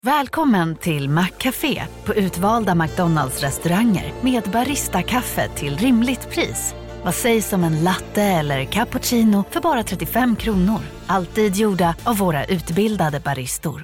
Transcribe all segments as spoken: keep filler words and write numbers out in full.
Välkommen till Maccafé på utvalda McDonalds-restauranger med Barista-kaffe till rimligt pris. Vad sägs om en latte eller cappuccino för bara trettiofem kronor? Alltid gjorda av våra utbildade baristor.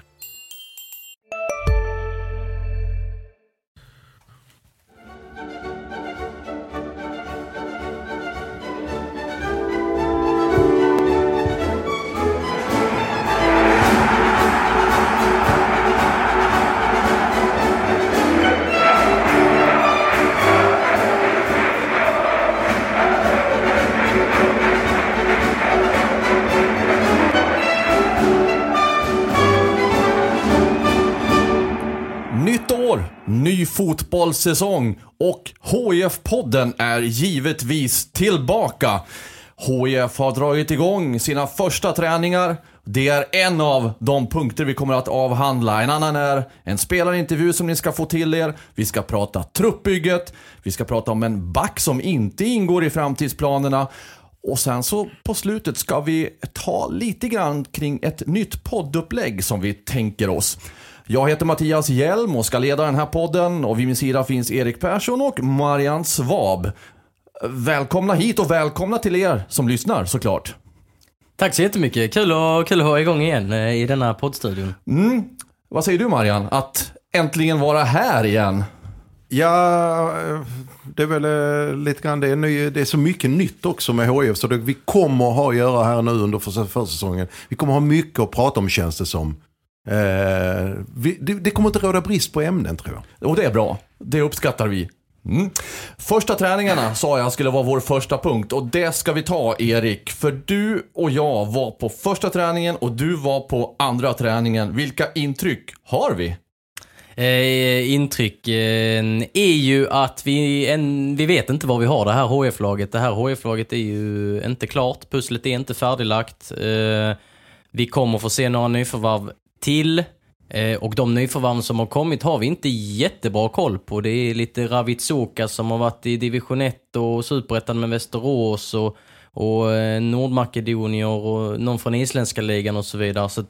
Ny fotbollssäsong och H I F-podden är givetvis tillbaka. H I F har dragit igång sina första träningar. Det är en av de punkter vi kommer att avhandla. En annan är en spelarintervju som ni ska få till er. Vi ska prata truppbygget. Vi ska prata om en back som inte ingår i framtidsplanerna. Och sen så på slutet ska vi ta lite grann kring ett nytt poddupplägg som vi tänker oss. Jag heter Mattias Hjelm och ska leda den här podden, och vid min sida finns Erik Persson och Marianne Svab. Välkomna hit och välkomna till er som lyssnar, såklart. Tack så jättemycket. Kul att, kul att ha igång igen i denna poddstudion. Mm. Vad säger du, Marianne? Att äntligen vara här igen? Ja, det är väl lite grann det är, ny, det är så mycket nytt också med H I F, så det, vi kommer ha att göra här nu under för, försäsongen. Vi kommer ha mycket att prata om, känns det som. Eh, vi, det, det kommer inte råda brist på ämnen, tror jag. Och det är bra, det uppskattar vi. Mm. Första träningarna sa jag skulle vara vår första punkt, och det ska vi ta, Erik. För du och jag var på första träningen och du var på andra träningen. Vilka intryck har vi? Eh, intryck eh, är ju att vi, en, vi vet inte vad vi har det här H F-laget. Det här H F-laget är ju inte klart, pusslet är inte färdiglagt. Eh, vi kommer få se några nyförvärv till, eh, och de nyförvärv som har kommit har vi inte jättebra koll på. Det är lite Ravitsoka som har varit i division ett och superettan med Västerås och, och eh, Nordmakedonier och någon från isländska ligan och så vidare. Så att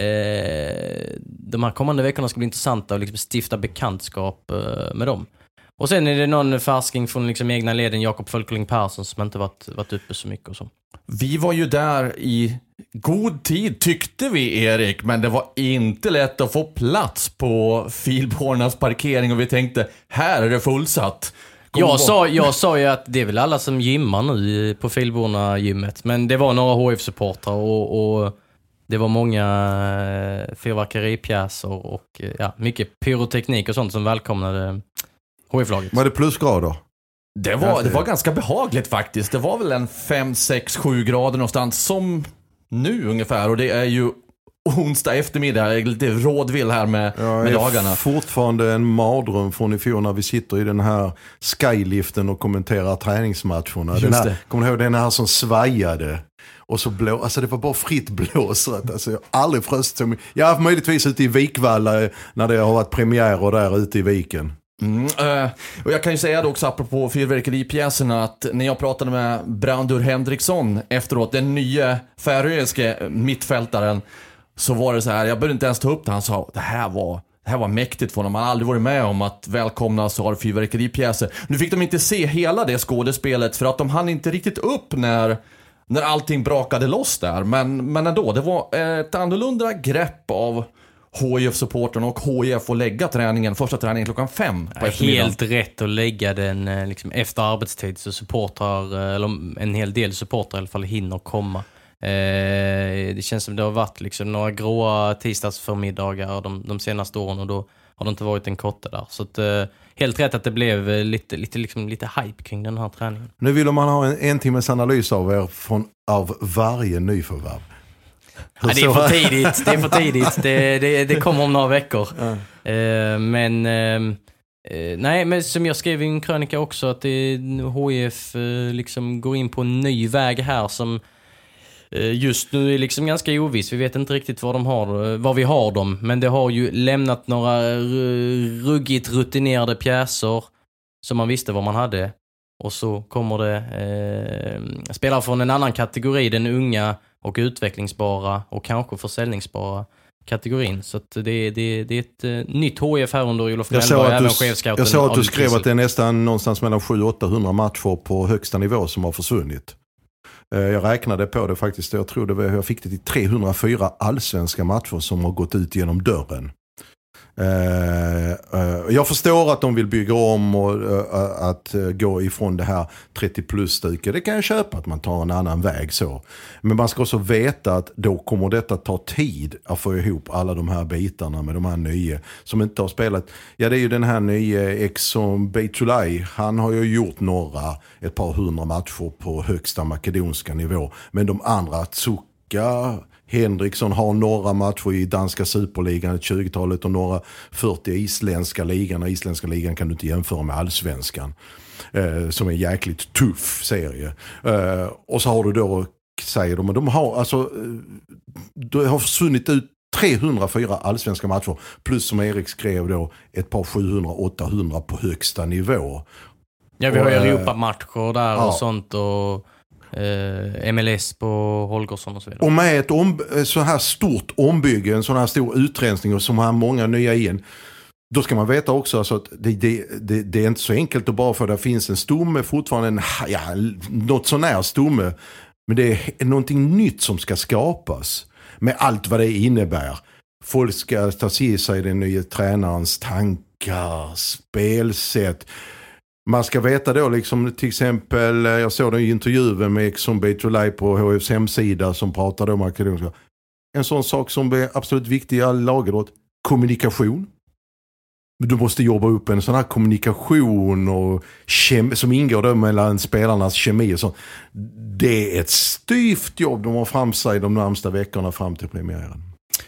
eh, de här kommande veckorna ska bli intressanta och liksom stifta bekantskap eh, med dem. Och sen är det någon färsking från liksom egna leden, Jakob Fölkling Persson, som inte varit, varit uppe så mycket och så. Vi var ju där i god tid, tyckte vi, Erik, men det var inte lätt att få plats på Filbornas parkering, och vi tänkte, här är det fullsatt. Jag sa, jag sa ju att det är väl alla som gymmar nu på Filborna gymmet, men det var några H F-supportrar och, och det var många fyrverkeripjäser och ja, mycket pyroteknik och sånt som välkomnade H F-laget. Var det plusgrader? Det var, det var ganska behagligt faktiskt. Det var väl en fem, sex, sju grader någonstans som nu ungefär. Och det är ju onsdag eftermiddag. Jag är lite rådvill här med, ja, med dagarna. Fortfarande en mardröm från i fjol när vi sitter i den här skyliften och kommenterar träningsmatcherna. Just den här, det. kommer du ihåg den här som svajade? Och så blå, alltså det var bara fritt blåsrat. Alltså jag har aldrig fröst så mycket. Jag har haft möjligtvis ute i Vikvalla när det har varit premiärer där ute i viken. Mm, uh, och jag kan ju säga det också apropå fyrverkeripjäserna, att när jag pratade med Brandur Henriksson efteråt, den nya färöiske mittfältaren, så var det så här, jag började inte ens ta upp det. Han sa, det här var, det här var mäktigt för honom. Man har aldrig varit med om att välkomna så har fyrverkeripjäser. Nu fick de inte se hela det skådespelet för att de hann inte riktigt upp när, när allting brakade loss där. Men, men ändå, det var ett annorlunda grepp av H I F-supporten och H I F att lägga träningen, första träningen klockan fem på eftermiddagen. Helt rätt att lägga den liksom efter arbetstid, så supportrar, eller en hel del supportrar i alla fall, hinner komma. Eh, det känns som det har varit liksom några gråa tisdagsförmiddagar de, de senaste åren, och då har det inte varit en kotte där. Så att, eh, helt rätt att det blev lite, lite, liksom, lite hype kring den här träningen. Nu vill man ha en, en timmes analys av er från, av varje nyförvärv. Ja, det är för tidigt, det är för tidigt. Det, det, det kommer om några veckor. Ja. Eh, men eh, nej, men som jag skrev i en krönika också, att det, H I F eh, liksom går in på en ny väg här som eh, just nu är liksom ganska oviss. Vi vet inte riktigt vad de har, vad vi har dem, men det har ju lämnat några ruggigt rutinerade pjäser som man visste vad man hade. Och så kommer det eh, spelare från en annan kategori, den unga och utvecklingsbara och kanske försäljningsbara kategorin. Så att det, det, det är ett uh, nytt H I F här under Olof Jag Mellberg, såg även att chefscouten. du, jag såg att du skrev att det är nästan någonstans mellan sju till åttahundra matcher på högsta nivå som har försvunnit. Jag räknade på det faktiskt. Jag tror det var, jag fick det till trehundrafyra allsvenska matcher som har gått ut genom dörren. Jag förstår att de vill bygga om och att gå ifrån det här trettio plus-stuket. Det kan jag köpa, att man tar en annan väg så. Men man ska också veta att då kommer detta ta tid att få ihop alla de här bitarna med de här nya som inte har spelat. Ja, det är ju den här nya Exxon Beytulay. Han har ju gjort några, ett par hundra matcher på högsta makedonska nivå. Men de andra, Tsuka, Henriksson har några matcher i danska superligan, ett tjugotalet och några fyrtio isländska ligan. Och isländska ligan kan du inte jämföra med allsvenskan. Eh, som är en jäkligt tuff serie. Eh, och så har du då, säger de, de har alltså det har försvunnit ut trehundrafyra allsvenska matcher. Plus som Erik skrev då, ett par sjuhundra åttahundra på högsta nivå. Ja, vi har ju och, Europa-matcher där ja. och sånt och Eh, M L S på Holgersson och så vidare. Och med ett om, så här stort ombygge, en sån här stor utrensning och som har många nya in, då ska man veta också alltså att det, det, det, det är inte så enkelt att bara för det finns en stomme, fortfarande en, ja, något sån här stomme, men det är någonting nytt som ska skapas med allt vad det innebär. Folk ska ta sig den nya tränarens tankar, spelsätt. Man ska veta då liksom till exempel, jag såg en intervju med Exxon Beytulay på H F:s hemsida som pratade om makedonska. En sån sak som är absolut viktig i alla lager, kommunikation. Du måste jobba upp en sån här kommunikation och kem- som ingår då mellan spelarnas kemi och sånt. Det är ett styvt jobb de har fram sig de närmsta veckorna fram till premiären.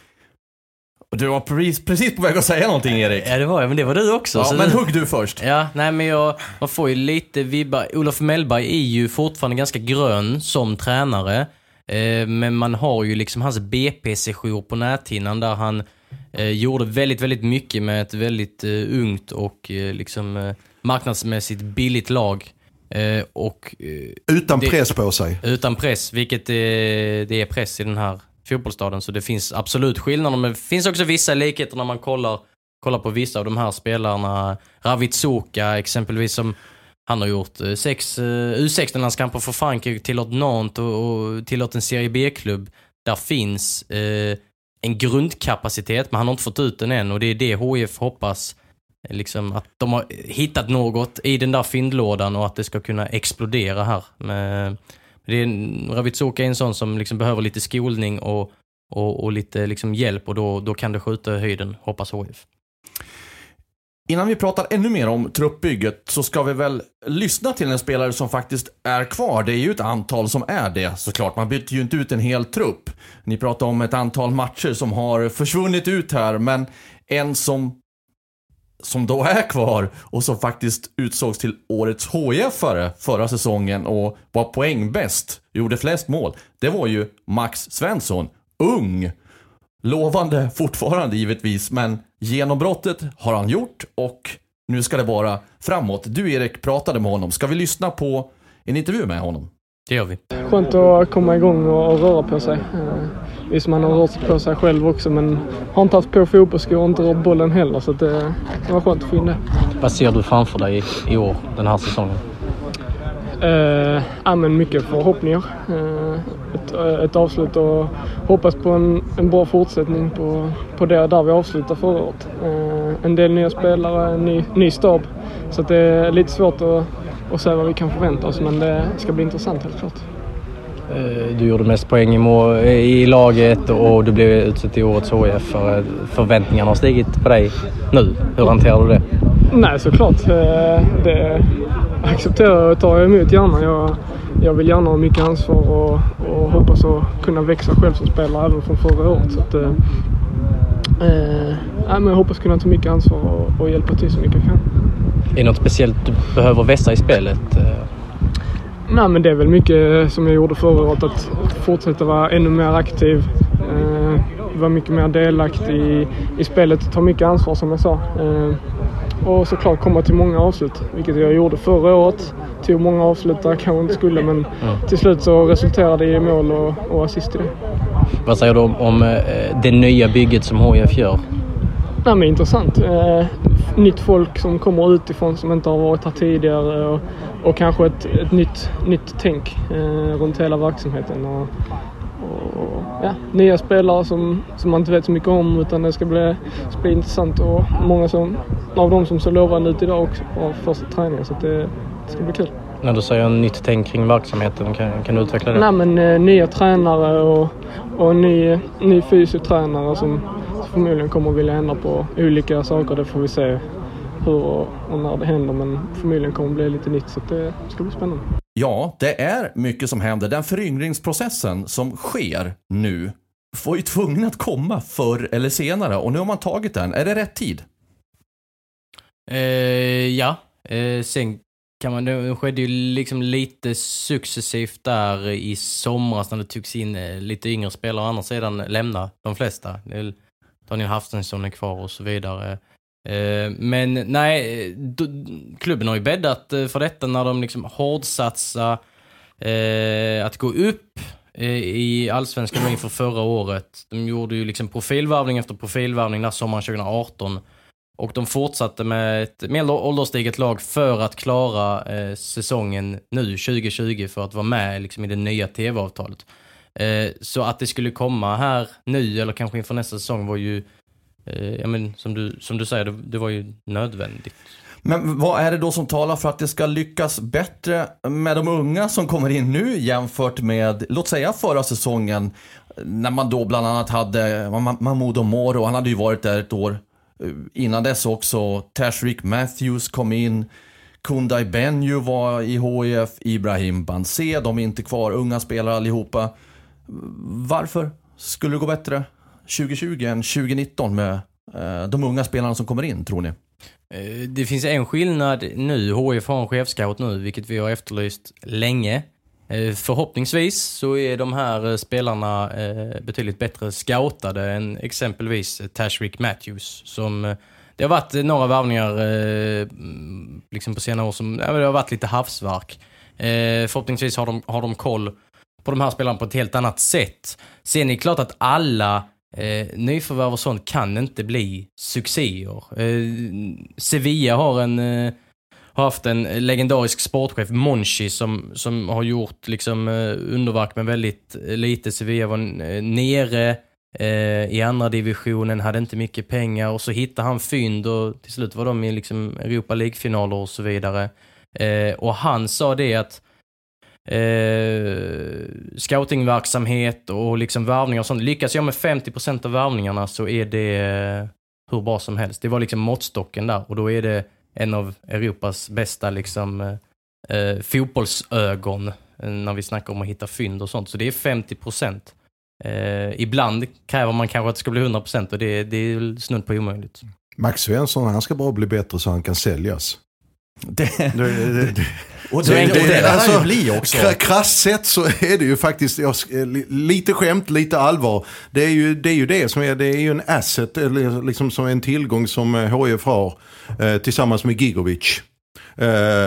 Du var precis, precis på väg att säga någonting, Erik. Ja, det var jag, men det var du också. Ja, så men det... hugg du först. Ja, nej men jag, man får ju lite vibbar. Olof Mellberg är ju fortfarande ganska grön som tränare. Eh, men man har ju liksom hans B P-session på näthinnan där han eh, gjorde väldigt, väldigt mycket med ett väldigt eh, ungt och eh, liksom eh, marknadsmässigt billigt lag. Eh, och, eh, utan det, press på sig. Utan press, vilket eh, det är press i den här fotbollsstaden, så det finns absolut skillnader, men det finns också vissa likheter när man kollar, kollar på vissa av de här spelarna. Ravitsuka exempelvis, som han har gjort sex U sexton-landskamper för Frankrike, tillåt Nantes och, och tillåt en Serie B-klubb. Där finns eh, en grundkapacitet, men han har inte fått ut den än, och det är det H I F hoppas liksom, att de har hittat något i den där fyndlådan och att det ska kunna explodera här med. Det är, Ravitsuka är en sån som liksom behöver lite skolning och, och, och lite liksom hjälp, och då, då kan det skjuta höjden, hoppas H I F. Innan vi pratar ännu mer om truppbygget så ska vi väl lyssna till en spelare som faktiskt är kvar. Det är ju ett antal som är det, såklart. Man byter ju inte ut en hel trupp. Ni pratar om ett antal matcher som har försvunnit ut här, men en som som då är kvar och som faktiskt utsågs till årets H I F-are förra säsongen och var poängbäst, gjorde flest mål. Det var ju Max Svensson. Ung, lovande fortfarande givetvis, men genombrottet har han gjort och nu ska det vara framåt. Du, Erik, pratade med honom. Ska vi lyssna på en intervju med honom? Det gör vi. Skönt att komma igång och röra på sig. Visst, man har rört på sig själv också, men har inte haft på fotbollsskor och inte rört bollen heller, så det, det var skönt att få in det. Vad ser du framför dig i, i år, den här säsongen? Eh, ja, men mycket förhoppningar. Eh, ett, ett avslut och hoppas på en, en bra fortsättning på, på det där vi avslutade förra året. Eh, en del nya spelare, en ny, ny stab. Så att det är lite svårt att, att säga vad vi kan förvänta oss, men det ska bli intressant helt klart. Du gjorde mest poäng i, mål, i laget och du blev utsett till årets H I F. För förväntningarna har stigit på dig nu. Hur hanterar du det? Nej, såklart. Det accepterar och tar jag emot gärna. Jag, jag vill gärna ha mycket ansvar och, och hoppas att kunna växa själv som spelare även från förra året. Så att, eh, men jag hoppas kunna ta mycket ansvar och, och hjälpa till så mycket jag kan. Är det något speciellt du behöver vässa i spelet? Nej, men det är väl mycket som jag gjorde förra året, att fortsätta vara ännu mer aktiv, eh, vara mycket mer delaktig i, i spelet, ta mycket ansvar som jag sa. Eh, och såklart komma till många avslut, vilket jag gjorde förra året. Tog många avslut där jag kanske inte skulle, men mm. till slut så resulterade det i mål och, och assist i det. Vad säger du om, om eh, det nya bygget som H I F gör? Nej, men intressant. Eh, nytt folk som kommer utifrån som inte har varit här tidigare och, och kanske ett, ett nytt, nytt tänk eh, runt hela verksamheten. Och, och, ja, nya spelare som, som man inte vet så mycket om, utan det ska bli, ska bli intressant, och många som, av dem som så lovande ut idag också på första träningen, så att det, det ska bli kul. När du säger en nytt tänk kring verksamheten, kan, kan du utveckla det? Nej, men eh, nya tränare och, och ny, ny fysiotränare som förmodligen kommer vilja ändra på olika saker. Det får vi se hur och, och när det händer, men förmodligen kommer det bli lite nytt, så att det ska bli spännande. Ja, det är mycket som händer. Den föryngringsprocessen som sker nu får ju tvungen att komma förr eller senare, och nu har man tagit den. Är det rätt tid? Eh, ja, eh, sen kan man, det skedde ju liksom lite successivt där i somras när det togs in lite yngre spelare, och andra sidan lämna de flesta. Daniel Hafstensson är kvar och så vidare. Men nej, klubben har ju bäddat för detta när de liksom hårdsatsar att gå upp i allsvenskan inför förra året. De gjorde ju liksom profilvärvning efter profilvärvning där sommaren tjugo arton. Och de fortsatte med ett mer ålderstiget lag för att klara eh, säsongen nu tjugo tjugo, för att vara med liksom, i det nya tv-avtalet. Eh, så att det skulle komma här nu eller kanske inför nästa säsong var ju, eh, ja, men, som, du, som du säger, det, det var ju nödvändigt. Men vad är det då som talar för att det ska lyckas bättre med de unga som kommer in nu jämfört med, låt säga, förra säsongen, när man då bland annat hade Mahmoud Omoro, han hade ju varit där ett år. Innan dess också Tashreeq Matthews kom in, Kundai Benju var i H I F, Ibrahim Banse, de är inte kvar, unga spelare allihopa. Varför skulle det gå bättre tjugo tjugo än tjugo nitton med eh, de unga spelarna som kommer in, tror ni? Det finns en skillnad nu. H I F har en chefscout nu, vilket vi har efterlyst länge. Förhoppningsvis så är de här spelarna betydligt bättre scoutade än exempelvis Tashreeq Matthews, som det har varit några värvningar liksom på senare år som det har varit lite havsverk. Förhoppningsvis har de, har de koll på de här spelarna på ett helt annat sätt. Sen är det klart att alla eh, nyförvärv och sånt kan inte bli succéer. Eh, Sevilla har en eh, har haft en legendarisk sportchef, Monchi, som, som har gjort liksom underverk med väldigt lite. Sevilla var nere eh, i andra divisionen, hade inte mycket pengar, och så hittade han fynd, och till slut var de i liksom Europa League-finaler och så vidare. Eh, och han sa det att eh, scoutingverksamhet och liksom värvningar och sånt, lyckas jag med femtio procent av värvningarna så är det eh, hur bra som helst. Det var liksom måttstocken där, och då är det en av Europas bästa liksom, eh, fotbollsögon eh, när vi snackar om att hitta fynd och sånt. Så det är femtio procent. Eh, ibland kräver man kanske att det ska bli hundra procent, och det, det är snudd på omöjligt. Max Svensson, han ska bara bli bättre så han kan säljas. Det, det, det, det. Och det, det, det, det alltså, ju bli också. Krasst sett så är det ju faktiskt ja, lite skämt, lite allvar. Det är ju det, är ju det som är, det är ju en asset, eller liksom som en tillgång som H I F har eh, tillsammans med Gigovic. Eh,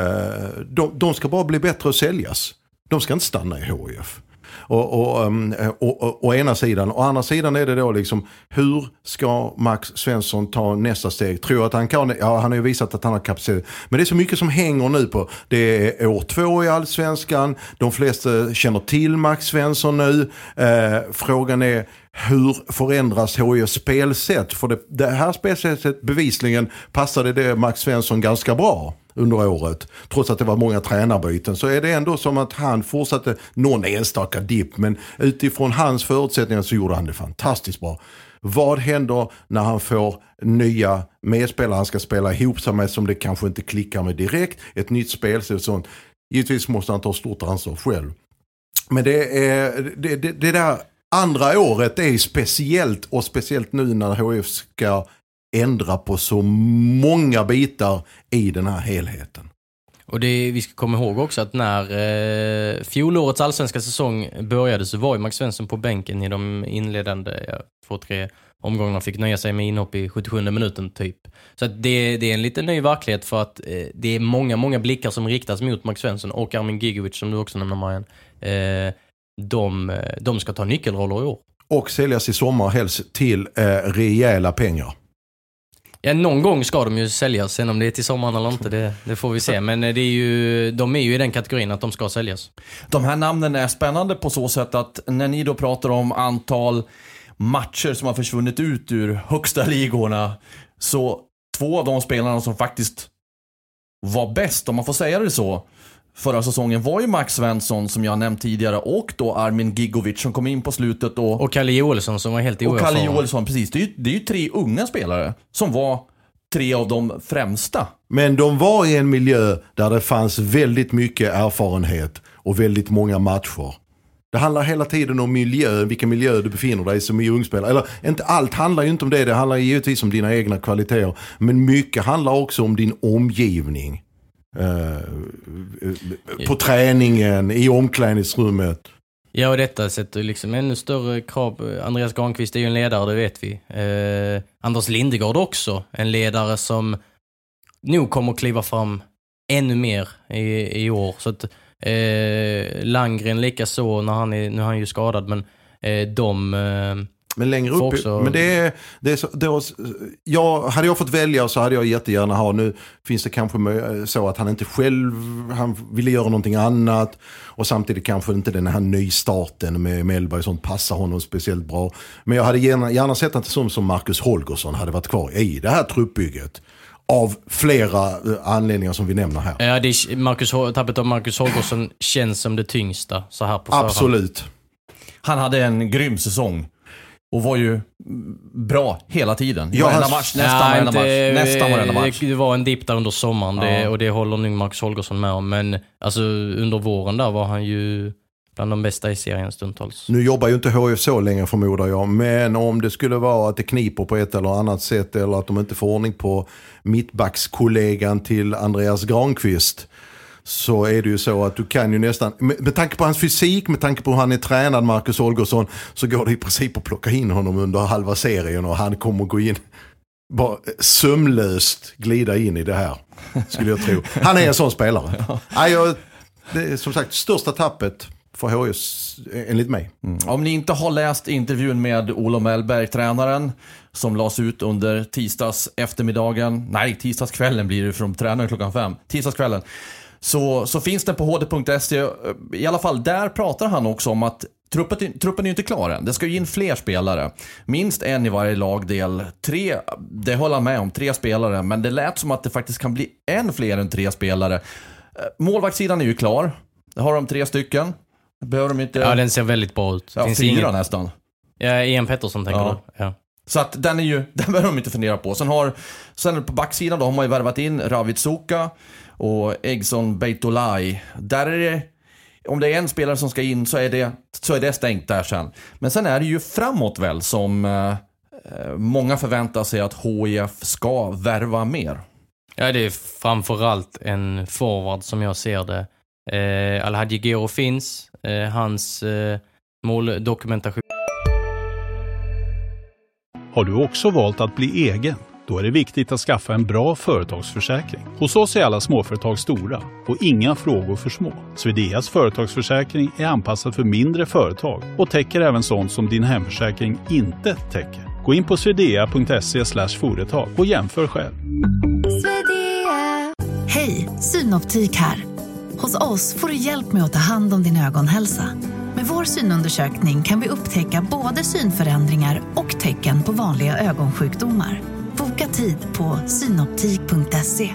de, de ska bara bli bättre och säljas. De ska inte stanna i H I F. Och, och, och, och, och ena sidan. Och andra sidan är det då liksom, hur ska Max Svensson ta nästa steg? Tror att han kan, ja, han har ju visat att han har kapacitet. Men det är så mycket som hänger nu på. Det är år två i Allsvenskan. De flesta känner till Max Svensson nu. Eh, frågan är, hur förändras H I F:s spelsätt? För det, det här spelsättet bevisligen passade det Max Svensson ganska bra under året. Trots att det var många tränarbyten så är det ändå som att han fortsatte någon enstaka dipp. Men utifrån hans förutsättningar så gjorde han det fantastiskt bra. Vad händer när han får nya medspelare han ska spela ihop sig med som det kanske inte klickar med direkt? Ett nytt spelsätt och sånt. Givetvis måste han ta stort ansvar själv. Men det är det, det, det där andra året är speciellt, och speciellt nu när H I F ska ändra på så många bitar i den här helheten. Och det, vi ska komma ihåg också att när eh, fjolårets allsvenska säsong började så var ju Max Svensson på bänken i de inledande ja, två, tre omgångarna, fick nöja sig med inhopp i sjuttiosjunde minuten typ. Så att det, det är en lite ny verklighet, för att eh, det är många, många blickar som riktas mot Max Svensson och Armin Gigovic, som du också nämner, Marian. Eh, de, de ska ta nyckelroller i år. och säljas i sommar helst till eh, rejäla pengar. Ja, någon gång ska de ju säljas, sen om det är till sommaren eller inte, det, det får vi se. Men det är ju, de är ju i den kategorin att de ska säljas. De här namnen är spännande på så sätt att när ni då pratar om antal matcher som har försvunnit ut ur högsta ligorna, så två av de spelarna som faktiskt var bäst, om man får säga det så, förra säsongen var ju Max Svensson som jag nämnt tidigare, och då Armin Gigovic som kom in på slutet och, och Kalle Joelsson som var helt oerfaren. Och Kalle Joelsson, precis. Det är, ju, det är ju tre unga spelare som var tre av de främsta. Men de var i en miljö där det fanns väldigt mycket erfarenhet och väldigt många matcher. Det handlar hela tiden om miljö, vilken miljö du befinner dig som i ungspelare. Eller inte allt handlar ju inte om det, det handlar givetvis om dina egna kvaliteter. Men mycket handlar också om din omgivning. Uh, på träningen, i omklädningsrummet. Ja, och detta sätter liksom ännu större krav. Andreas Granqvist är ju en ledare, det vet vi. Eh, Anders Lindegård också, en ledare som nog kommer att kliva fram ännu mer i, i år. Så att eh, Landgren lika så, när han är, nu är han ju skadad, men eh, de... Eh, Men längre upp, också... men det är, det är så, det var, jag, hade jag fått välja så hade jag jättegärna ha, nu finns det kanske så att han inte själv, han ville göra någonting annat, och samtidigt kanske inte den här nystarten med Mellberg som passar honom speciellt bra. Men jag hade gärna, gärna sett att det som, som Marcus Holgersson hade varit kvar i det här truppbygget. Av flera anledningar som vi nämner här. Ja, det är Marcus, tappet av Marcus Holgersson känns som det tyngsta så här på förhand. Absolut. Han hade en grym säsong. Och var ju bra hela tiden. Ja, varenda match, nästan ja, varenda inte, match. Nästan varenda match. Det var en dipp där under sommaren, ja. det, och det håller nu Marcus Holgersson med om. Men alltså, under våren där var han ju bland de bästa i serien stundtals. Nu jobbar ju inte H F så länge förmodar jag. Men om det skulle vara att det kniper på ett eller annat sätt, eller att de inte får ordning på mittbackskollegan till Andreas Granqvist, så är det ju så att du kan ju nästan, med, med tanke på hans fysik, med tanke på hur han är tränad, Marcus Holgersson, så går det i princip att plocka in honom under halva serien och han kommer gå in, bara sömlöst glida in i det här, skulle jag tro. Han är en sån spelare. Ja. Nej, jag, det är som sagt största tappet för H F enligt mig. Mm. Om ni inte har läst intervjun med Olof Mellberg, tränaren, som lades ut under tisdags eftermiddagen, nej, tisdagskvällen blir det från tränaren klockan fem, tisdagskvällen, Så, så finns det på h d punkt se. I alla fall, där pratar han också om att truppen, truppen är ju inte klar än. Det ska ju in fler spelare. Minst en i varje lagdel. Tre, det håller han med om, tre spelare. Men det lät som att det faktiskt kan bli än fler än tre spelare. Målvaktssidan är ju klar. Det har de tre stycken. Behöver de inte... Ja, den ser väldigt bra ut. Ja, fyra ingen... nästan. Ja, Ian Pettersson tänker ja. du. Ja. Så att den är ju, den behöver de inte fundera på. Sen har, sen på backsidan då har man ju värvat in Ravid Suka och Egson Beitolai. Där är det, om det är en spelare som ska in, så är det, så är det stängt där sen. Men sen är det ju framåt väl som eh, många förväntar sig att H I F ska värva mer. Ja, det är framförallt en forward som jag ser det. Eh, Alhaji Gero finns. Eh, hans eh, måldokumentation. Har du också valt att bli egen? Då är det viktigt att skaffa en bra företagsförsäkring. Hos oss är alla småföretag stora och inga frågor för små. Swedeas företagsförsäkring är anpassad för mindre företag och täcker även sånt som din hemförsäkring inte täcker. Gå in på swedea punkt se slash företag och jämför själv. Hej, Synoptik här. Hos oss får du hjälp med att ta hand om din ögonhälsa. Med vår synundersökning kan vi upptäcka både synförändringar och tecken på vanliga ögonsjukdomar. Boka tid på synoptik punkt se.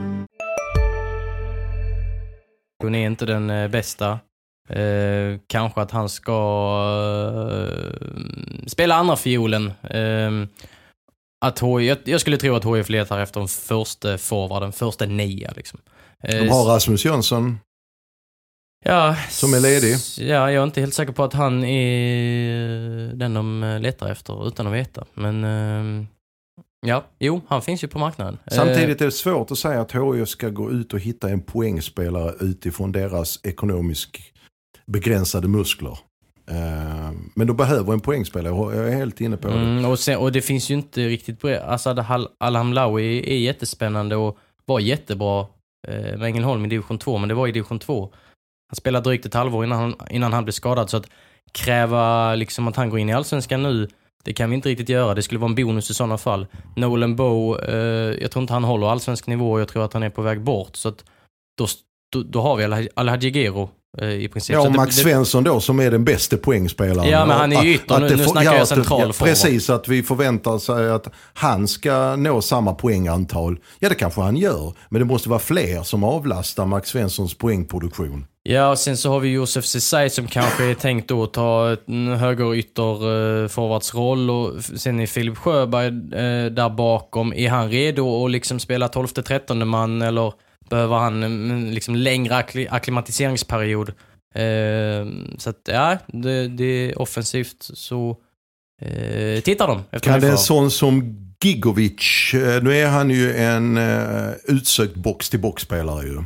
Hon är inte den eh, bästa. Eh, kanske att han ska eh, spela andra fiolen. Eh, att H I F, jag, jag skulle tro att H I F letar efter den första forwarden, första nia. Liksom. Eh, De har Rasmus Jönsson. Ja, som är ledig. Ja, jag är inte helt säker på att han är den de letar efter utan att veta. Men eh, ja, jo, han finns ju på marknaden. Samtidigt är det svårt att säga att H I F ska gå ut och hitta en poängspelare utifrån deras ekonomiskt begränsade muskler. Men då behöver en poängspelare, jag är helt inne på det. Mm, och, sen, och det finns ju inte riktigt på det. Assad Al-Hamlawi är jättespännande och var jättebra med Ängelholm i division två, men det var i division två. Han spelade drygt ett halvår innan han, innan han blev skadad, så att kräva liksom att han går in i Allsvenskan nu, det kan vi inte riktigt göra. Det skulle vara en bonus i sådana fall. Nolan Bow, eh, jag tror inte han håller allsvensk nivå. Jag tror att han är på väg bort. Så att då, då, då har vi Al-Hadji Gero eh, i princip. Ja, och så Max det, Svensson då som är den bästa poängspelaren. Ja, men han är ju ytter. Nu, nu snackar ja, jag central att, forward. Precis, att vi förväntar sig att han ska nå samma poängantal. Ja, det kanske han gör. Men det måste vara fler som avlastar Max Svenssons poängproduktion. Ja, och sen så har vi Josef Ceesay som kanske är tänkt då att ta en högerytter uh, forwardsroll, och sen är Filip Sjöberg uh, där bakom. Är han redo att liksom spela tolfte trettonde man, eller behöver han en liksom längre akkli- akklimatiseringsperiod? Uh, så att ja, det, det är offensivt, så uh, tittar de efter. Kan det en sån som Gigovic, nu är han ju en uh, utsökt box-till-box-spelare ju.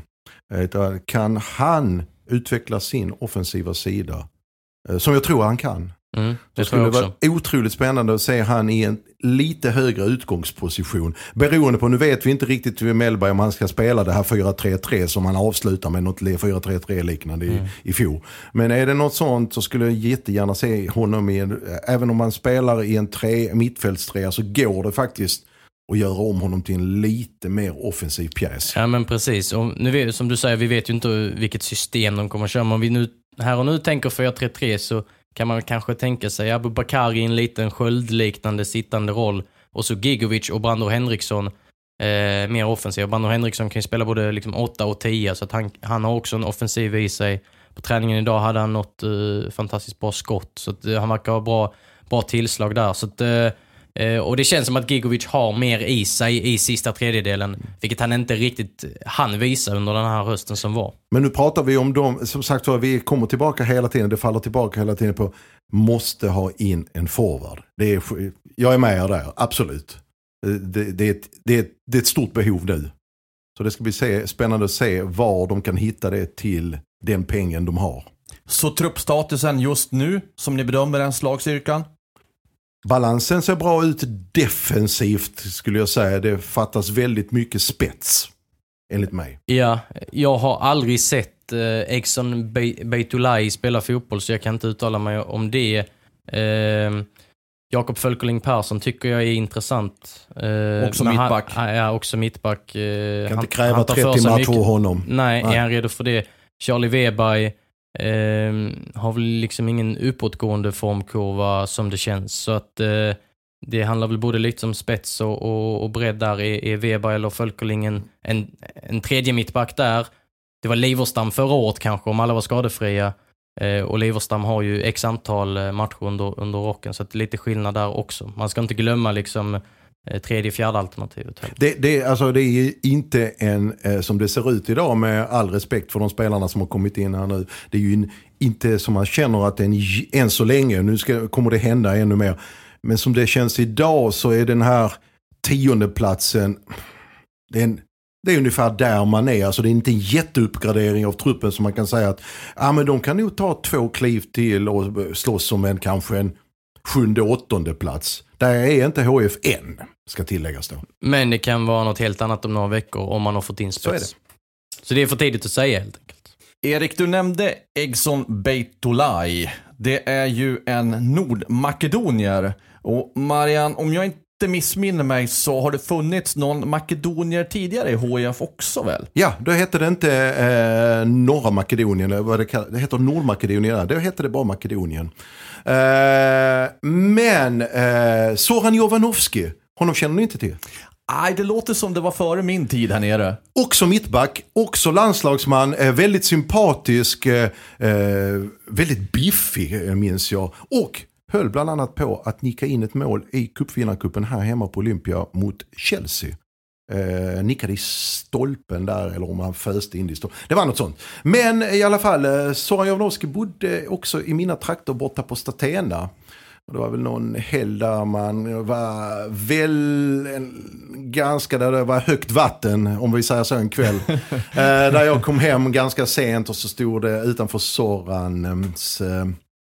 Kan han utveckla sin offensiva sida, som jag tror han kan? Mm, det, det skulle vara otroligt spännande att se han i en lite högre utgångsposition. Beroende på, nu vet vi inte riktigt vid Mellberg om han ska spela det här fyra tre tre som han avslutar med något fyra tre tre liknande i, mm. i fjol. Men är det något sånt så skulle jag jättegärna se honom i en, även om man spelar i en tre, mittfältstrea, så går det faktiskt och göra om honom till en lite mer offensiv pjäs. Ja, men precis. Och nu vet, som du säger, vi vet ju inte vilket system de kommer att köra. Men om vi nu, här och nu tänker fyra tre tre, så kan man kanske tänka sig Abubakar i en liten sköldliknande sittande roll. Och så Gigovic och Brandor Henriksson eh, mer offensiv. Brandor Henriksson kan ju spela både liksom åtta och tio, så att han, han har också en offensiv i sig. På träningen idag hade han något eh, fantastiskt bra skott. Så att, eh, han verkar ha bra, bra tillslag där. Så att... Eh, Uh, och det känns som att Gigovic har mer i sig i sista tredjedelen, vilket han inte riktigt hann visa under den här hösten som var. Men nu pratar vi om dem, som sagt, vi kommer tillbaka hela tiden, det faller tillbaka hela tiden på måste ha in en forward. Det är, jag är med där, absolut. Det, det, är ett, det, är ett, det är ett stort behov nu. Så det ska bli se, spännande att se var de kan hitta det till den pengen de har. Så truppstatusen just nu, som ni bedömer den slagstyrkan? Balansen ser bra ut defensivt, skulle jag säga. Det fattas väldigt mycket spets, enligt mig. Ja, jag har aldrig sett eh, Exxon Be- Beitulay spela fotboll, så jag kan inte uttala mig om det. Eh, Jakob Fölkerling Persson tycker jag är intressant. Eh, också mittback. Han, ja, också mittback. Eh, kan han, inte kräva han tar trettio matcher på honom. Nej, Nej, är han redo för det? Charlie Weberg Eh, har väl liksom ingen uppåtgående formkurva som det känns, så att eh, det handlar väl både lite om spets och, och, och bredd där. Är, är Weber eller Fölkerlingen en, en tredje mittback där? Det var Liverstam förra året kanske, om alla var skadefria, eh, och Liverstam har ju x antal matcher under, under rocken, så att det är lite skillnad där också. Man ska inte glömma liksom tredje, fjärde alternativet. Det, det, alltså det är inte en, eh, som det ser ut idag, med all respekt för de spelarna som har kommit in här nu. Det är ju en, inte som man känner att det är en, än så länge, nu ska, kommer det hända ännu mer. Men som det känns idag så är den här tionde platsen, det är, en, det är ungefär där man är. Alltså det är inte en jätteuppgradering av truppen som man kan säga att ja, men de kan nog ta två kliv till och slåss som en kanske en sjunde, åttonde plats. Där är inte H F än, ska tilläggas då. Men det kan vara något helt annat om några veckor om man har fått in spets. Så är det. Så det är för tidigt att säga helt enkelt. Erik, du nämnde Exxon Beitulay. Det är ju en nordmakedonier. Och Marian, om jag inte missminner mig så har det funnits någon makedonier tidigare i H F också väl? Ja, då hette det inte eh, norra Makedonien, vad det, kallas, det heter Nordmakedonien, då hette det bara Makedonien. Eh, men eh, Zoran Jovanovski, honom känner ni inte till? Nej, det låter som det var före min tid här nere. Också mittback, också landslagsman, eh, väldigt sympatisk, eh, väldigt biffig, eh, minns jag. Och höll bland annat på att nicka in ett mål i cupvinnarcupen här hemma på Olympia mot Chelsea. Eh, nickade i stolpen där, eller om han föste in i stolpen. Det var något sånt. Men i alla fall, eh, Zoran Jovanovski bodde också i mina trakter borta på Statena. Och det var väl någon helg där man var väl en, ganska, där det var högt vatten, om vi säger så, en kväll. eh, där jag kom hem ganska sent och så stod det utanför Zorans eh,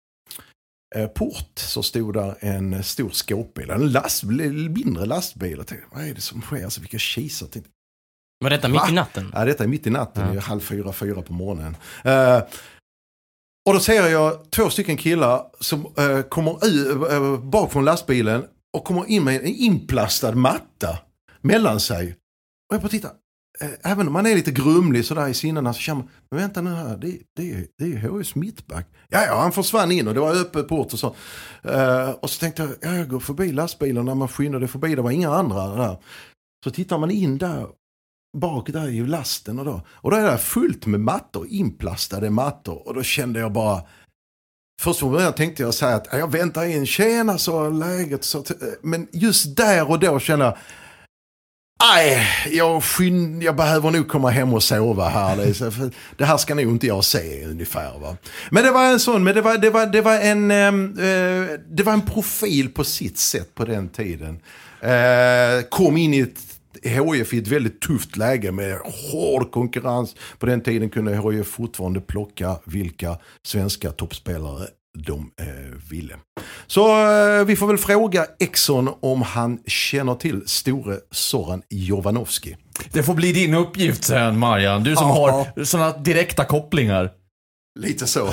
port, så stod där en stor skåpbil, en last, mindre lastbil. Jag tänkte, vad är det som sker? Alltså, vilka kisar. Var detta mitt Va? i natten? Ja, detta är mitt i natten. Ja. Det är halv fyra, fyra på morgonen. Uh, Och då ser jag två stycken killar som äh, kommer ut, äh, bak från lastbilen och kommer in med en inplastad matta mellan sig. Och jag bara tittar. Äh, även om man är lite grumlig sådär i sinnena så känner man, men vänta nu här, det, det, är, det är H F mittback. Ja, ja, han försvann in och det var öppet port och så. Uh, och så tänkte jag, ja, jag går förbi lastbilen när man skyndade förbi, det var inga andra där. Så tittar man in där, bak där i lasten och då. Och då är det fullt med mattor, inplastade mattor. Och då kände jag bara, först från början tänkte jag säga att jag väntar in, tjena så läget. Så men just där och då kände jag, nej, jag, skynd, jag behöver nog komma hem och sova här. Det, så, för det här ska nog inte jag se ungefär. Va? Men det var en sån, men det var, det var, det var, en, eh, det var en profil på sitt sätt på den tiden. Eh, kom in i ett H F i ett väldigt tufft läge med hård konkurrens. På den tiden kunde H F fortfarande plocka vilka svenska toppspelare de eh, ville. Så eh, vi får väl fråga Exxon om han känner till store Zoran Jovanovski. Det får bli din uppgift sen, Marian. Du som Aha. har sådana direkta kopplingar. Lite så.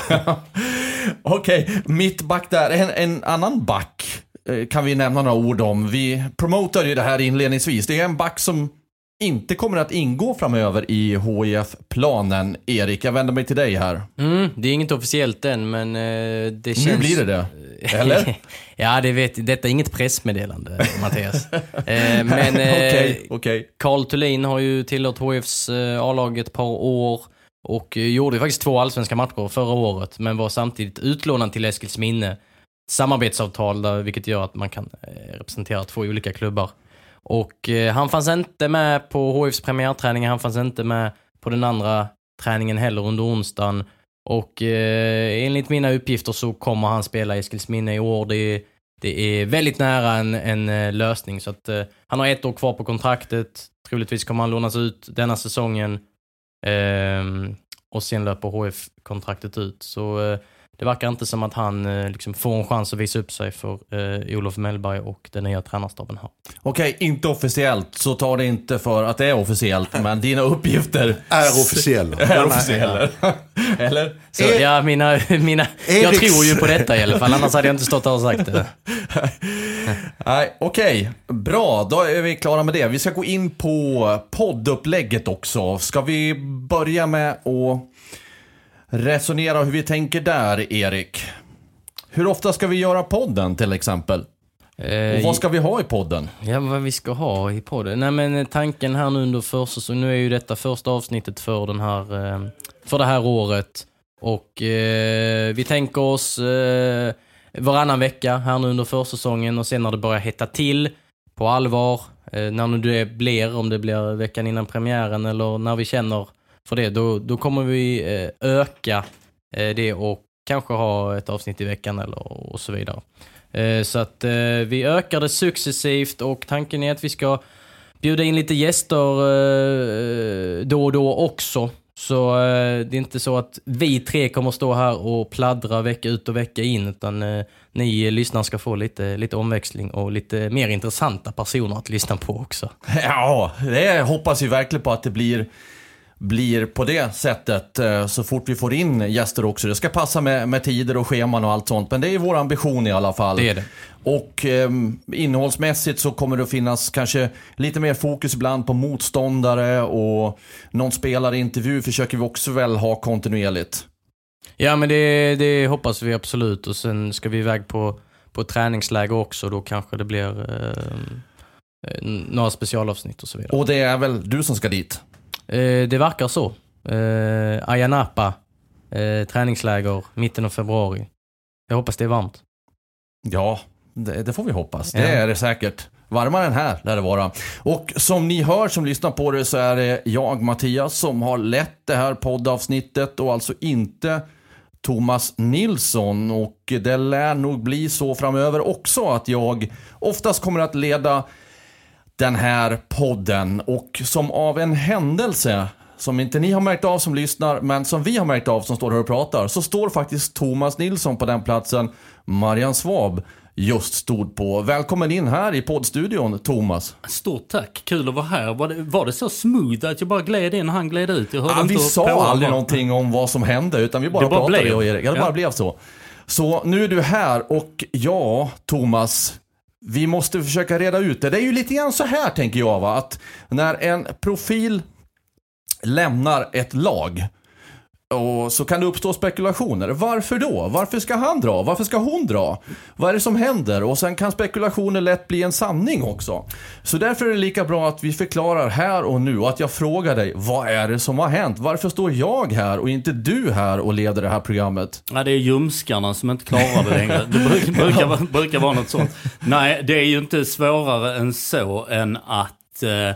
Okej, okay, mittback där. En, en annan back kan vi nämna några ord om. Vi promotade ju det här inledningsvis. Det är en back som inte kommer att ingå framöver i H I F-planen. Erik, jag vänder mig till dig här. Mm, det är inget officiellt än, men eh, det känns... Nu blir det det, eller? Ja, det vet, detta är inget pressmeddelande, Mattias. eh, men eh, okay, okay. Carl Thulin har ju tillhört H I Fs eh, A-lag ett par år och eh, gjorde faktiskt två allsvenska matcher förra året, men var samtidigt utlånad till Eskilsminne. Samarbetsavtal där, vilket gör att man kan eh, representera två olika klubbar. Och eh, han fanns inte med på H I Fs premiärträning, han fanns inte med på den andra träningen heller under onsdagen. Och eh, enligt mina uppgifter så kommer han spela i Eskilsminne i år. Det är, det är väldigt nära en, en eh, lösning. Så att, eh, han har ett år kvar på kontraktet. Troligtvis kommer han lånas ut denna säsongen. Eh, och sen löper H F kontraktet ut. Så eh, det verkar inte som att han eh, liksom får en chans att visa upp sig för eh, Olof Mellberg och den nya tränarstaben här. Okej, inte officiellt, så tar det inte för att det är officiellt, men dina uppgifter är officiella. är officiella. Eller? Så, ja, mina, mina, jag tror ju på detta i alla fall, annars hade jag inte stått här och sagt det. Nej, okej. Bra, då är vi klara med det. Vi ska gå in på poddupplägget också. Ska vi börja med att resonera hur vi tänker där, Erik? Hur ofta ska vi göra podden till exempel? Eh, och vad ska vi ha i podden? Ja, vad vi ska ha i podden? Nej, men tanken här nu under försäsongen, nu är ju detta första avsnittet för den här för det här året. Och eh, vi tänker oss eh, varannan vecka här nu under försäsongen, och sen när det börjar hetta till på allvar, eh, när nu det blir, om det blir veckan innan premiären eller när vi känner för det, då, då kommer vi eh, öka eh, det och kanske ha ett avsnitt i veckan eller och så vidare. Eh, så att eh, vi ökar det successivt, och tanken är att vi ska bjuda in lite gäster eh, då och då också. Så eh, det är inte så att vi tre kommer stå här och pladdra vecka ut och vecka in, utan eh, ni lyssnare ska få lite, lite omväxling och lite mer intressanta personer att lyssna på också. Ja, det hoppas vi verkligen på att det blir blir på det sättet så fort vi får in gäster också. Det ska passa med, med tider och scheman och allt sånt, men det är vår ambition i alla fall. Det är det. Och eh, innehållsmässigt så kommer det att finnas kanske lite mer fokus ibland på motståndare, och någon spelarintervju försöker vi också väl ha kontinuerligt. Ja, men det, det hoppas vi absolut, och sen ska vi iväg på, på träningsläger också, då kanske det blir eh, några specialavsnitt och så vidare. Och det är väl du som ska dit? Eh, det verkar så. Eh, Ayia Napa, eh, träningsläger mitten av februari. Jag hoppas det är varmt. Ja, det, det får vi hoppas. Det ja. är det säkert. Varmare än här lär det vara. Och som ni hör som lyssnar på det, så är det jag, Mattias, som har lett det här poddavsnittet, och alltså inte Thomas Nilsson. Och det lär nog bli så framöver också att jag oftast kommer att leda den här podden. Och som av en händelse, som inte ni har märkt av som lyssnar, men som vi har märkt av som står här och pratar, så står faktiskt Thomas Nilsson på den platsen. Marian Svab just stod på. Välkommen in här i poddstudion, Thomas. Stort tack, kul att vara här. Var det, var det så smooth att jag bara gled in och han gled ut? Jag ja, vi sa aldrig någonting om vad som hände, utan vi bara, bara pratade blev. och Erik. Ja, det ja. bara blev så. Så nu är du här och ja, Thomas, vi måste försöka reda ut det. Det är ju lite grann så här, tänker jag, va? Att när en profil lämnar ett lag och så kan det uppstå spekulationer. Varför då? Varför ska han dra? Varför ska hon dra? Vad är det som händer? Och sen kan spekulationer lätt bli en sanning också. Så därför är det lika bra att vi förklarar här och nu och att jag frågar dig, vad är det som har hänt? Varför står jag här och inte du här och leder det här programmet? Ja, det är ljumskarna som inte klarar det längre. Det brukar, brukar, brukar vara något sånt. Nej, det är ju inte svårare än så än att eh,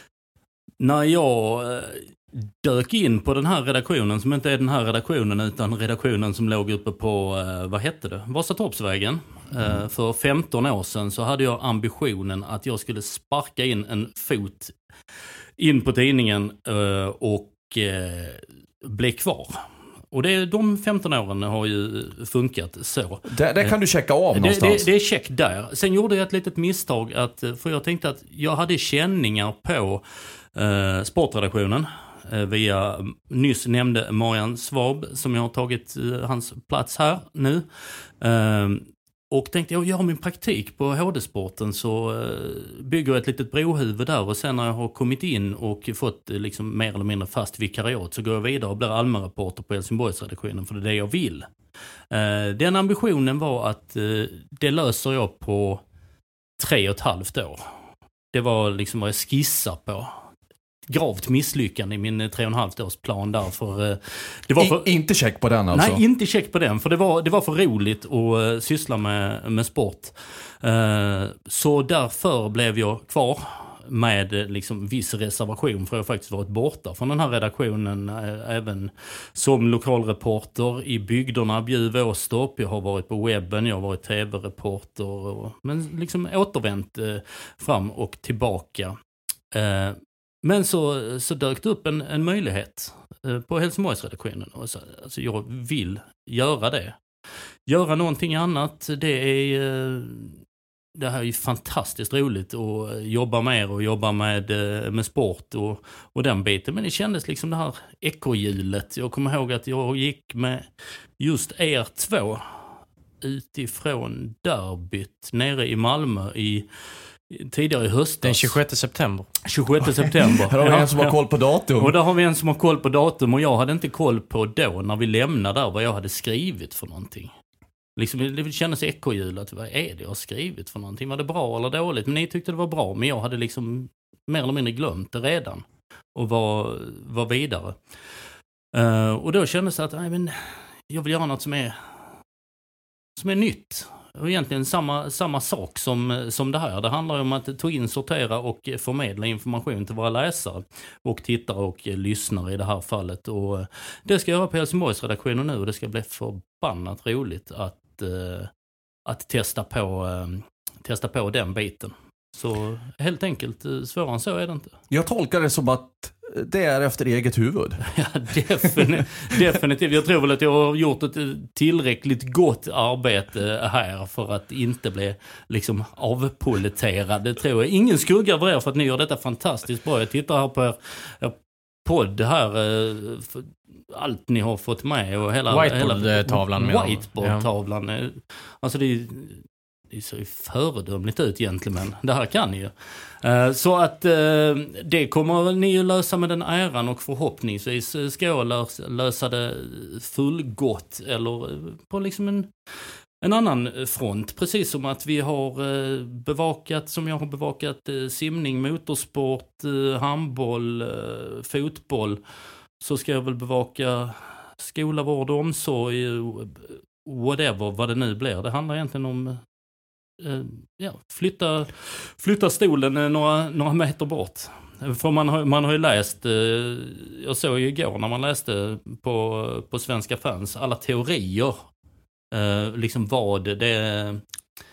när jag... Eh, dök in på den här redaktionen som inte är den här redaktionen utan redaktionen som låg uppe på, eh, vad hette det? Vasatorpsvägen. Eh, för femton år sedan så hade jag ambitionen att jag skulle sparka in en fot in på tidningen eh, och eh, bli kvar. Och det, de femton åren har ju funkat så. Det, det kan du checka av någonstans. Det, det, det är check där. Sen gjorde jag ett litet misstag att, för jag tänkte att jag hade känningar på eh, sportredaktionen via nyss nämnde Marian Svab som jag har tagit uh, hans plats här nu. Uh, och tänkte jag gör min praktik på H D-sporten så uh, bygger jag ett litet brohuvud där och sen när jag har kommit in och fått uh, liksom mer eller mindre fast vikariat så går jag vidare och blir allmänreporter på Helsingborgsredaktionen för det är det jag vill. Uh, den ambitionen var att uh, det löser jag på tre och ett halvt år. Det var liksom vad jag skissar på. Gravt misslyckande i min tre och en halvt års plan där för, det var för I, inte check på den alltså? Nej, inte check på den för det var, det var för roligt att uh, syssla med, med sport. Uh, så därför blev jag kvar med uh, liksom viss reservation för jag har faktiskt varit borta från den här redaktionen uh, även som lokalreporter i bygderna Bjuv Åstorp. Jag har varit på webben, jag har varit tv-reporter och, men liksom återvänt uh, fram och tillbaka. Uh, Men så, så dök det upp en, en möjlighet eh, på Helsingborgsredaktionen. Och så, alltså jag vill göra det. Göra någonting annat, det är, eh, det här är ju fantastiskt roligt att jobba med och jobba med, eh, med sport och, och den biten. Men det kändes liksom det här ekohjulet. Jag kommer ihåg att jag gick med just er två utifrån derbyt nere i Malmö i tidigare i höstas. Den tjugosjätte september. tjugosjätte september. Här har vi en som har koll på datum. Och där har vi en som har koll på datum och jag hade inte koll på då när vi lämnade där vad jag hade skrivit för någonting. Liksom, det kändes ekohjulet. Vad är det jag har skrivit för någonting? Var det bra eller dåligt? Men ni tyckte det var bra. Men jag hade liksom mer eller mindre glömt det redan. Och var, var vidare. Uh, och då kändes det att nej, men, jag vill göra något som är som är nytt. Och egentligen samma, samma sak som, som det här. Det handlar om att ta in, sortera och förmedla information till våra läsare och tittare och lyssnare i det här fallet. Och det ska jag göra på Helsingborgsredaktionen nu och det ska bli förbannat roligt att, uh, att testa, på, uh, testa på den biten. Så helt enkelt, svårare än så är det inte. Jag tolkar det som att det är efter eget huvud. Ja, definitivt. definitivt. Jag tror väl att jag har gjort ett tillräckligt gott arbete här för att inte bli liksom avpoliterad. Det tror jag. Ingen skugga över er för att ni gör detta fantastiskt bra. Jag tittar här på er, er podd här. Allt ni har fått med och hela whiteboard-tavlan. Whiteboard-tavlan. Ja. Alltså det är det ser ju föredömligt ut egentligen, men det här kan ni ju. Uh, så att uh, det kommer ni ju lösa med den äran och förhoppningsvis ska jag lösa, lösa det fullgott eller på liksom en, en annan front. Precis som att vi har uh, bevakat, som jag har bevakat uh, simning, motorsport, uh, handboll, uh, fotboll, så ska jag väl bevaka skola, vård och omsorg, uh, whatever, vad det nu blir. Det handlar egentligen om Uh, ja, flytta, flytta stolen några, några meter bort. För man har, man har ju läst, uh, jag såg ju igår när man läste på, på Svenska fans, alla teorier. Uh, liksom vad det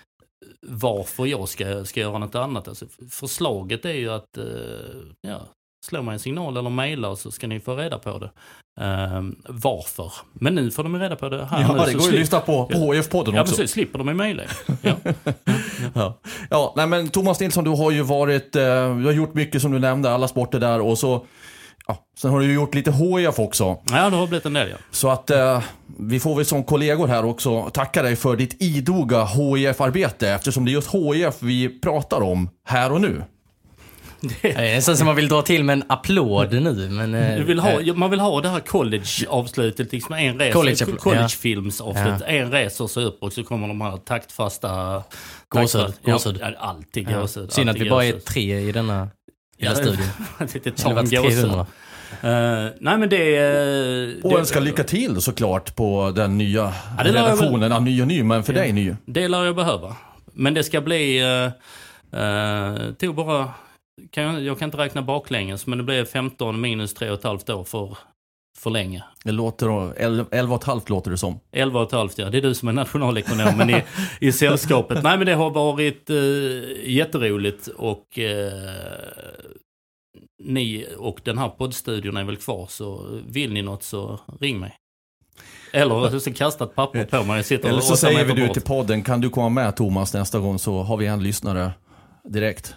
varför jag ska, ska göra något annat. Alltså, förslaget är ju att uh, ja, slå mig en signal eller mejla och så ska ni få reda på det. Uh, varför? Men nu får de reda på det här. Ja, nu, det går ju att lyssna på, på H F-podden ja, också. Ja, precis. Slipper de i mejla. Ja. ja. ja. ja, nej men Thomas Nilsson, du har ju varit, eh, du har gjort mycket som du nämnde, alla sporter där och så, ja, sen har du ju gjort lite H F också. Ja, det har blivit en del, ja. Så att eh, vi får väl som kollegor här också tacka dig för ditt idoga H I F-arbete, eftersom det är just H I F vi pratar om här och nu. Det är nästan som man vill dra till med en applåd nu. Men, du vill ha, man vill ha det här college-avslutet, liksom en resa, college, college-films-avslut. Ja. En reser sig upp och så kommer de här taktfasta... Gåshud. Gåshud. Ja, alltid gåshud. Ja. Synd att vi bara är tre i denna hela studion. Lite tam gåshud. Uh, nej men det... Uh, och önskar lycka till såklart på den nya ja, relationen. Ja, ny och ny, men för ja. dig ny. Det lär jag behöva. Men det ska bli... Uh, uh, tog bara... Kan jag, jag kan inte räkna baklänges, men det blir femton minus tre och ett halvt år för, för länge. Det låter, elva och ett halvt låter det som. elva och ett halvt, ja. Det är du som är nationalekonomen i, i sällskapet. Nej, men det har varit eh, jätteroligt och eh, ni och den här poddstudion är väl kvar, så vill ni något så ring mig. Eller så kastar ett papper på mig. Jag Eller så säger vi du till podden, kan du komma med Thomas nästa gång så har vi en lyssnare direkt.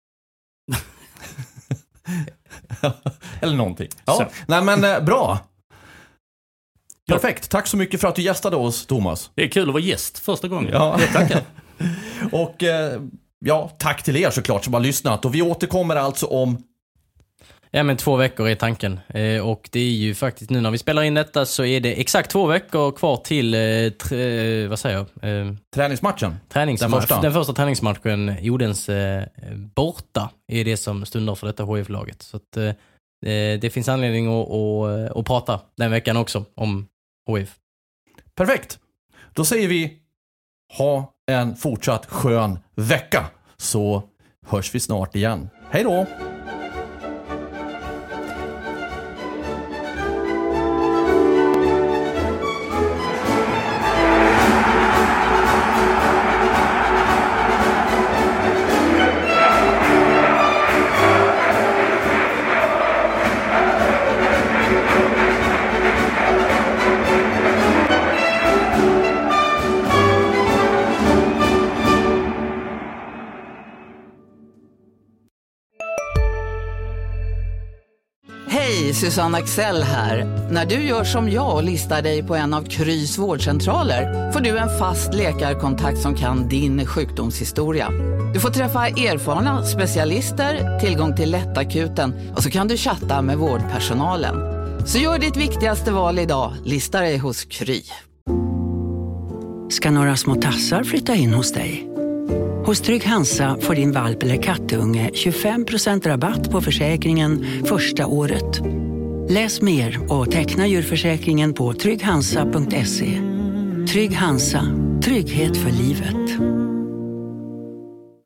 Eller någonting. Ja. Nej men eh, bra. Perfekt. Tack så mycket för att du gästade oss, Thomas. Det är kul att vara gäst första gången. Ja, tackar. Och eh, ja, tack till er såklart som har lyssnat. Och vi återkommer alltså om... Ja, men två veckor är tanken. Eh, och det är ju faktiskt nu när vi spelar in detta så är det exakt två veckor kvar till eh, tre, vad säger jag? Eh, Träningsmatchen. Träningsmatch. Den första. Den första träningsmatchen, Jordens eh, borta, är det som stundar för detta H I F-laget. Så att, eh, det finns anledning att, att, att prata den veckan också om H I F. Perfekt. Då säger vi ha en fortsatt skön vecka, så hörs vi snart igen. Hej då! Susanne Axel här. När du gör som jag och listar dig på en av Krys vårdcentraler får du en fast läkarkontakt som kan din sjukdomshistoria. Du får träffa erfarna specialister, tillgång till lättakuten och så kan du chatta med vårdpersonalen. Så gör ditt viktigaste val idag, lista dig hos Kry. Ska några små tassar flytta in hos dig? Hos Trygg Hansa får din valp eller kattunge tjugofem procent rabatt på försäkringen första året. Läs mer och teckna djurförsäkringen på trygg hansa punkt se. Trygg Hansa, trygghet för livet.